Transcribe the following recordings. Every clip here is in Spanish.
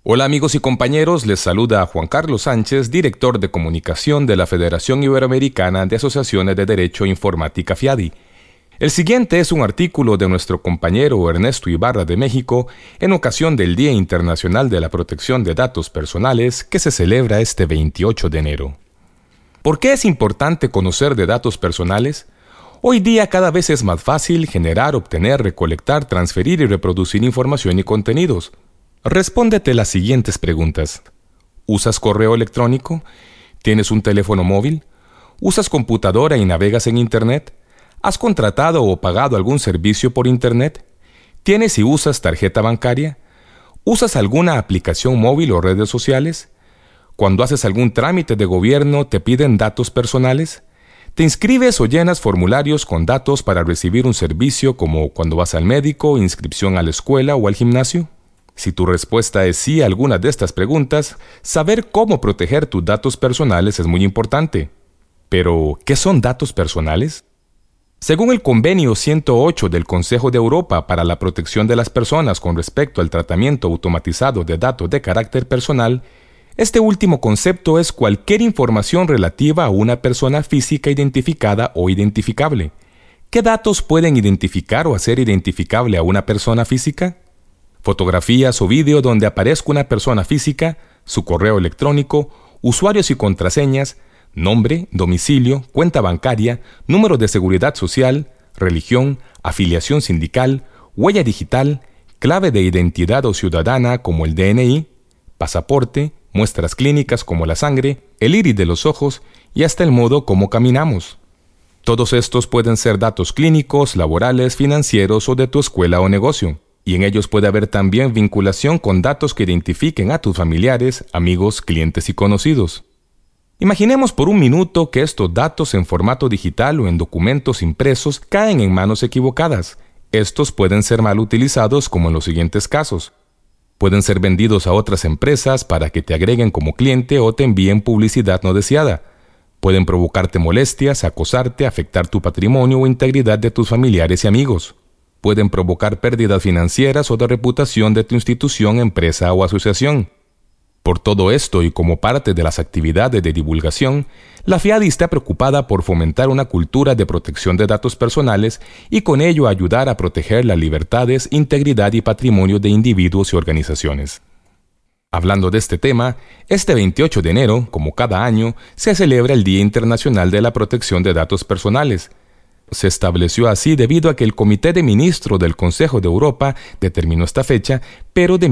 Hola amigos y compañeros, les saluda Juan Carlos Sánchez, director de comunicación de la Federación Iberoamericana de Asociaciones de Derecho Informática FIADI. El siguiente es un artículo de nuestro compañero Ernesto Ibarra de México en ocasión del Día Internacional de la Protección de Datos Personales que se celebra este 28 de enero. ¿Por qué es importante conocer de datos personales? Hoy día cada vez es más fácil generar, obtener, recolectar, transferir y reproducir información y contenidos. Respóndete las siguientes preguntas. ¿Usas correo electrónico? ¿Tienes un teléfono móvil? ¿Usas computadora y navegas en Internet? ¿Has contratado o pagado algún servicio por Internet? ¿Tienes y usas tarjeta bancaria? ¿Usas alguna aplicación móvil o redes sociales? Cuando haces algún trámite de gobierno, ¿te piden datos personales? ¿Te inscribes o llenas formularios con datos para recibir un servicio como cuando vas al médico, inscripción a la escuela o al gimnasio? Si tu respuesta es sí a alguna de estas preguntas, saber cómo proteger tus datos personales es muy importante. Pero, ¿qué son datos personales? Según el Convenio 108 del Consejo de Europa para la Protección de las Personas con respecto al tratamiento automatizado de datos de carácter personal, este último concepto es cualquier información relativa a una persona física identificada o identificable. ¿Qué datos pueden identificar o hacer identificable a una persona física? Fotografías o vídeo donde aparezca una persona física, su correo electrónico, usuarios y contraseñas, nombre, domicilio, cuenta bancaria, número de seguridad social, religión, afiliación sindical, huella digital, clave de identidad o ciudadana como el DNI, pasaporte, muestras clínicas como la sangre, el iris de los ojos y hasta el modo como caminamos. Todos estos pueden ser datos clínicos, laborales, financieros o de tu escuela o negocio. Y en ellos puede haber también vinculación con datos que identifiquen a tus familiares, amigos, clientes y conocidos. Imaginemos por un minuto que estos datos en formato digital o en documentos impresos caen en manos equivocadas. Estos pueden ser mal utilizados como en los siguientes casos. Pueden ser vendidos a otras empresas para que te agreguen como cliente o te envíen publicidad no deseada. Pueden provocarte molestias, acosarte, afectar tu patrimonio o integridad de tus familiares y amigos. Pueden provocar pérdidas financieras o de reputación de tu institución, empresa o asociación. Por todo esto y como parte de las actividades de divulgación, la FIADI está preocupada por fomentar una cultura de protección de datos personales y con ello ayudar a proteger las libertades, integridad y patrimonio de individuos y organizaciones. Hablando de este tema, este 28 de enero, como cada año, se celebra el Día Internacional de la Protección de Datos Personales. Se estableció así debido a que el Comité de Ministros del Consejo de Europa determinó esta fecha, pero de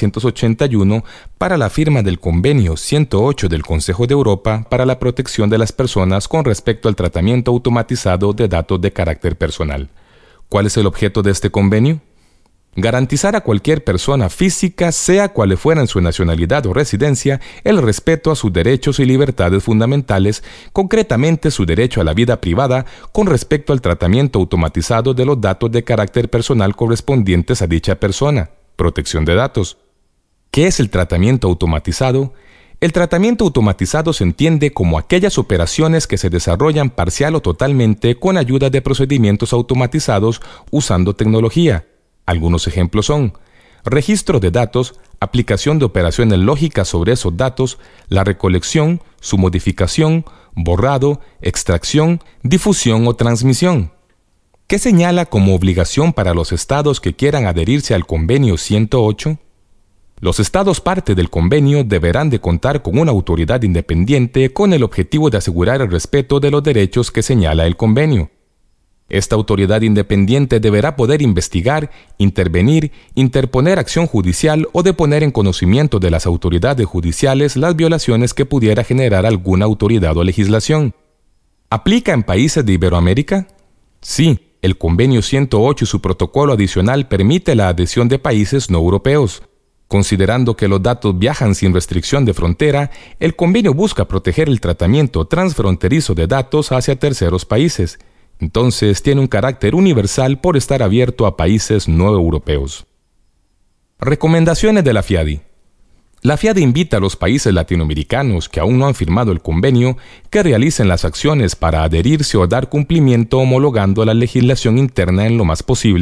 1981, para la firma del Convenio 108 del Consejo de Europa para la protección de las personas con respecto al tratamiento automatizado de datos de carácter personal. ¿Cuál es el objeto de este convenio? Garantizar a cualquier persona física, sea cual fuera su nacionalidad o residencia, el respeto a sus derechos y libertades fundamentales, concretamente su derecho a la vida privada con respecto al tratamiento automatizado de los datos de carácter personal correspondientes a dicha persona. Protección de datos. ¿Qué es el tratamiento automatizado? El tratamiento automatizado se entiende como aquellas operaciones que se desarrollan parcial o totalmente con ayuda de procedimientos automatizados usando tecnología. Algunos ejemplos son registro de datos, aplicación de operaciones lógicas sobre esos datos, la recolección, su modificación, borrado, extracción, difusión o transmisión. ¿Qué señala como obligación para los estados que quieran adherirse al Convenio 108? Los estados parte del convenio deberán de contar con una autoridad independiente con el objetivo de asegurar el respeto de los derechos que señala el convenio. Esta autoridad independiente deberá poder investigar, intervenir, interponer acción judicial o de poner en conocimiento de las autoridades judiciales las violaciones que pudiera generar alguna autoridad o legislación. ¿Aplica en países de Iberoamérica? Sí, el Convenio 108 y su protocolo adicional permite la adhesión de países no europeos. Considerando que los datos viajan sin restricción de frontera, el convenio busca proteger el tratamiento transfronterizo de datos hacia terceros países. Entonces tiene un carácter universal por estar abierto a países no europeos. Recomendaciones de la FIADI. La FIADI invita a los países latinoamericanos que aún no han firmado el convenio que realicen las acciones para adherirse o dar cumplimiento homologando la legislación interna en lo más posible,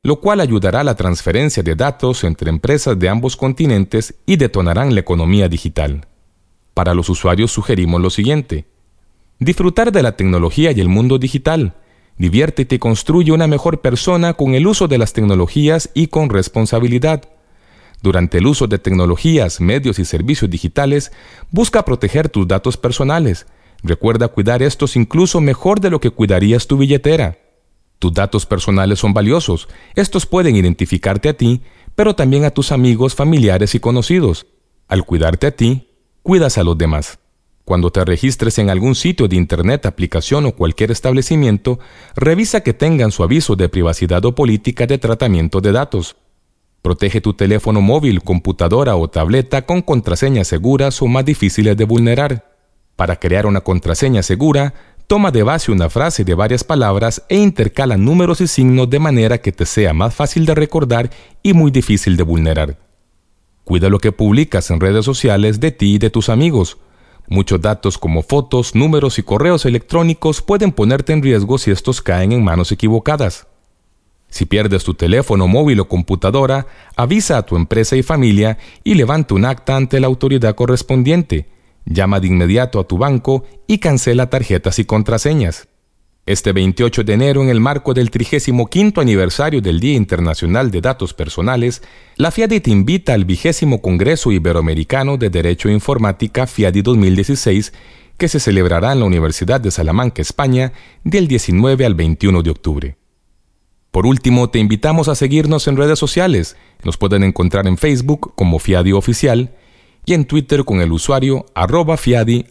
lo cual ayudará a la transferencia de datos entre empresas de ambos continentes y detonarán la economía digital. Para los usuarios sugerimos lo siguiente: disfrutar de la tecnología y el mundo digital. Diviértete y construye una mejor persona con el uso de las tecnologías y con responsabilidad. Durante el uso de tecnologías, medios y servicios digitales, busca proteger tus datos personales. Recuerda cuidar estos incluso mejor de lo que cuidarías tu billetera. Tus datos personales son valiosos. Estos pueden identificarte a ti, pero también a tus amigos, familiares y conocidos. Al cuidarte a ti, cuidas a los demás. Cuando te registres en algún sitio de internet, aplicación o cualquier establecimiento, revisa que tengan su aviso de privacidad o política de tratamiento de datos. Protege tu teléfono móvil, computadora o tableta con contraseñas seguras o más difíciles de vulnerar. Para crear una contraseña segura, toma de base una frase de varias palabras e intercala números y signos de manera que te sea más fácil de recordar y muy difícil de vulnerar. Cuida lo que publicas en redes sociales de ti y de tus amigos. Muchos datos como fotos, números y correos electrónicos pueden ponerte en riesgo si estos caen en manos equivocadas. Si pierdes tu teléfono móvil o computadora, avisa a tu empresa y familia y levanta un acta ante la autoridad correspondiente. Llama de inmediato a tu banco y cancela tarjetas y contraseñas. Este 28 de enero, en el marco del 35º aniversario del Día Internacional de Datos Personales, la FIADI te invita al 20º Congreso Iberoamericano de Derecho e Informática FIADI 2016, que se celebrará en la Universidad de Salamanca, España, del 19 al 21 de octubre. Por último, te invitamos a seguirnos en redes sociales. Nos pueden encontrar en Facebook como FIADI Oficial y en Twitter con el usuario @FIADI_ORG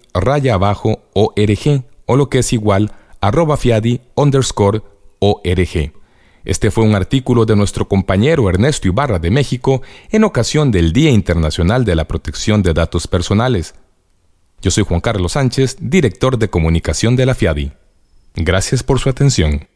o lo que es igual @FIADI_ORG. Este fue un artículo de nuestro compañero Ernesto Ibarra de México en ocasión del Día Internacional de la Protección de Datos Personales. Yo soy Juan Carlos Sánchez, director de comunicación de la FIADI. Gracias por su atención.